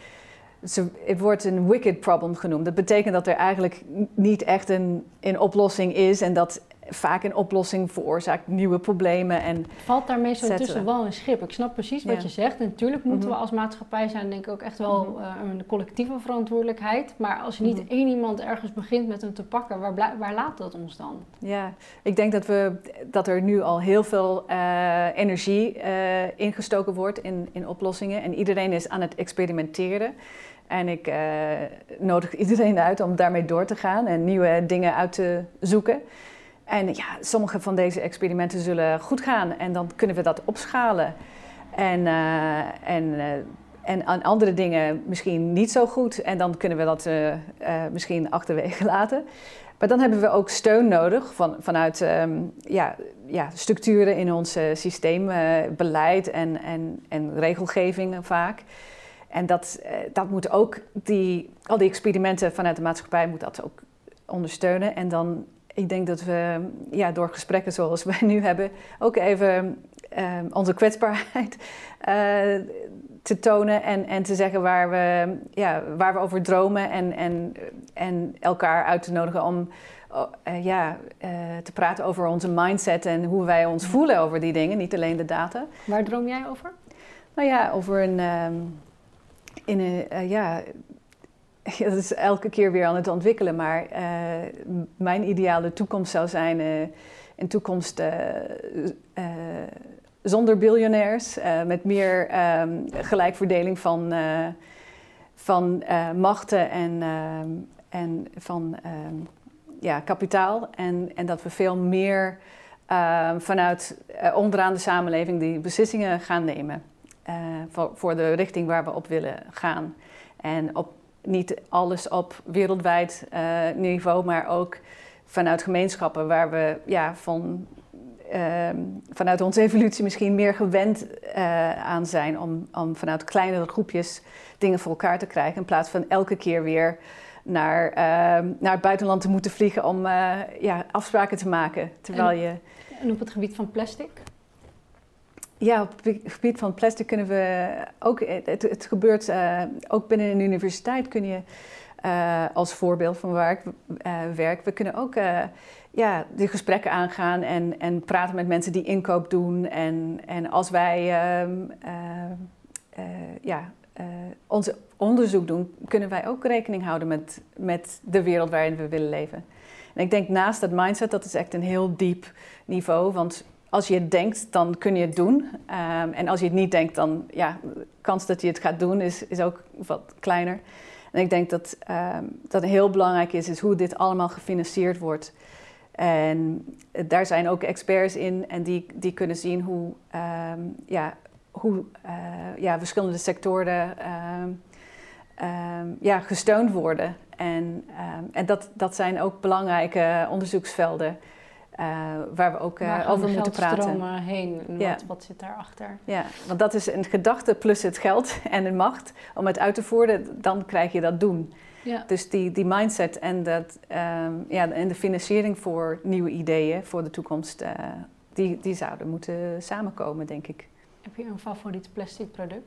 het wordt een wicked problem genoemd. Dat betekent dat er eigenlijk niet echt een, een oplossing is en dat vaak een oplossing veroorzaakt nieuwe problemen. En valt daarmee zo tussen wal en schip. Ik snap precies wat ja. je zegt. En natuurlijk moeten mm-hmm. we als maatschappij zijn, denk ik ook echt wel mm-hmm. uh, een collectieve verantwoordelijkheid. Maar als je niet mm-hmm. één iemand ergens begint met hem te pakken, waar, bla- waar laat dat ons dan? Ja, ik denk dat, we, dat er nu al heel veel uh, energie uh, ingestoken wordt in, in oplossingen. En iedereen is aan het experimenteren. En ik uh, nodig iedereen uit om daarmee door te gaan en nieuwe dingen uit te zoeken. En ja, sommige van deze experimenten zullen goed gaan en dan kunnen we dat opschalen. En, uh, en, uh, en aan andere dingen misschien niet zo goed en dan kunnen we dat uh, uh, misschien achterwege laten. Maar dan hebben we ook steun nodig van, vanuit um, ja, ja, structuren in ons uh, systeem, uh, beleid en, en, en regelgeving vaak. En dat, uh, dat moet ook, die, al die experimenten vanuit de maatschappij moet dat ook ondersteunen. En dan, ik denk dat we ja, door gesprekken zoals wij nu hebben, ook even uh, onze kwetsbaarheid uh, te tonen en, en te zeggen waar we, ja, waar we over dromen en, en, en elkaar uit te nodigen om uh, ja, uh, te praten over onze mindset en hoe wij ons voelen over die dingen, niet alleen de data. Waar droom jij over? Nou ja, over een, um, in een uh, ja, dat is elke keer weer aan het ontwikkelen, maar uh, mijn ideale toekomst zou zijn uh, een toekomst uh, uh, zonder biljonairs, uh, met meer um, gelijkverdeling van, uh, van uh, machten en, uh, en van uh, ja, kapitaal. En, en dat we veel meer uh, vanuit uh, onderaan de samenleving die beslissingen gaan nemen uh, voor, voor de richting waar we op willen gaan. En op niet alles op wereldwijd uh, niveau, maar ook vanuit gemeenschappen waar we ja, van, uh, vanuit onze evolutie misschien meer gewend uh, aan zijn om, om vanuit kleinere groepjes dingen voor elkaar te krijgen in plaats van elke keer weer naar, uh, naar het buitenland te moeten vliegen om uh, ja, afspraken te maken. Terwijl en, je... en op het gebied van plastic? Ja, op het gebied van plastic kunnen we ook, het, het gebeurt uh, ook binnen een universiteit kun je uh, als voorbeeld van waar ik uh, werk, we kunnen ook uh, ja, de gesprekken aangaan en, en praten met mensen die inkoop doen. En, en als wij uh, uh, uh, ja, uh, ons onderzoek doen, kunnen wij ook rekening houden met, met de wereld waarin we willen leven. En ik denk naast dat mindset, dat is echt een heel diep niveau, want als je het denkt, dan kun je het doen. Um, en als je het niet denkt, dan ja, de kans dat je het gaat doen is, is ook wat kleiner. En ik denk dat um, dat heel belangrijk is, is hoe dit allemaal gefinancierd wordt. En daar zijn ook experts in en die, die kunnen zien hoe, um, ja, hoe uh, ja, verschillende sectoren um, um, ja, gesteund worden. En, um, en dat, dat zijn ook belangrijke onderzoeksvelden. Uh, waar we ook uh, over moeten praten. Waar heen? En ja. wat, wat zit daarachter? Ja, want dat is een gedachte plus het geld en de macht. Om het uit te voeren, dan krijg je dat doen. Ja. Dus die, die mindset en, dat, um, ja, en de financiering voor nieuwe ideeën voor de toekomst, uh, die, die zouden moeten samenkomen, denk ik. Heb je een favoriet plastic product?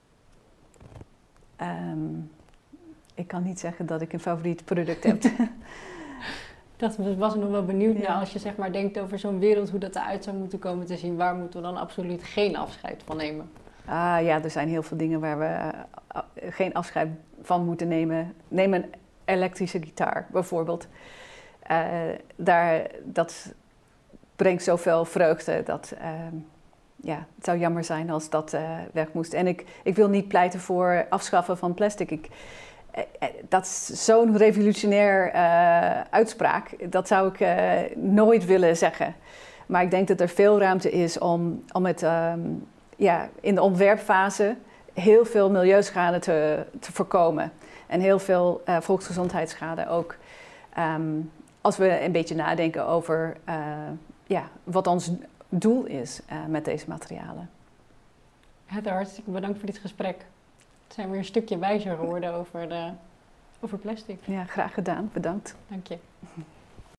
Um, ik kan niet zeggen dat ik een favoriet product heb. Dat was ik nog wel benieuwd Ja. naar. Als je zeg maar denkt over zo'n wereld, hoe dat eruit zou moeten komen te zien. Waar moeten we dan absoluut geen afscheid van nemen? Ah ja, er zijn heel veel dingen waar we uh, geen afscheid van moeten nemen. Neem een elektrische gitaar bijvoorbeeld. Uh, daar, dat brengt zoveel vreugde dat uh, ja, het zou jammer zijn als dat uh, weg moest. En ik, ik wil niet pleiten voor afschaffen van plastic. Ik, uh, dat is zo'n revolutionair uh, uitspraak. Dat zou ik uh, nooit willen zeggen. Maar ik denk dat er veel ruimte is om, om het um, ja, in de ontwerpfase heel veel milieuschade te, te voorkomen. En heel veel uh, volksgezondheidsschade ook. Um, als we een beetje nadenken over uh, ja, wat ons doel is uh, met deze materialen. Heather, hartstikke bedankt voor dit gesprek. We zijn weer een stukje wijzer geworden over, de, over plastic. Ja, graag gedaan. Bedankt. Dank je.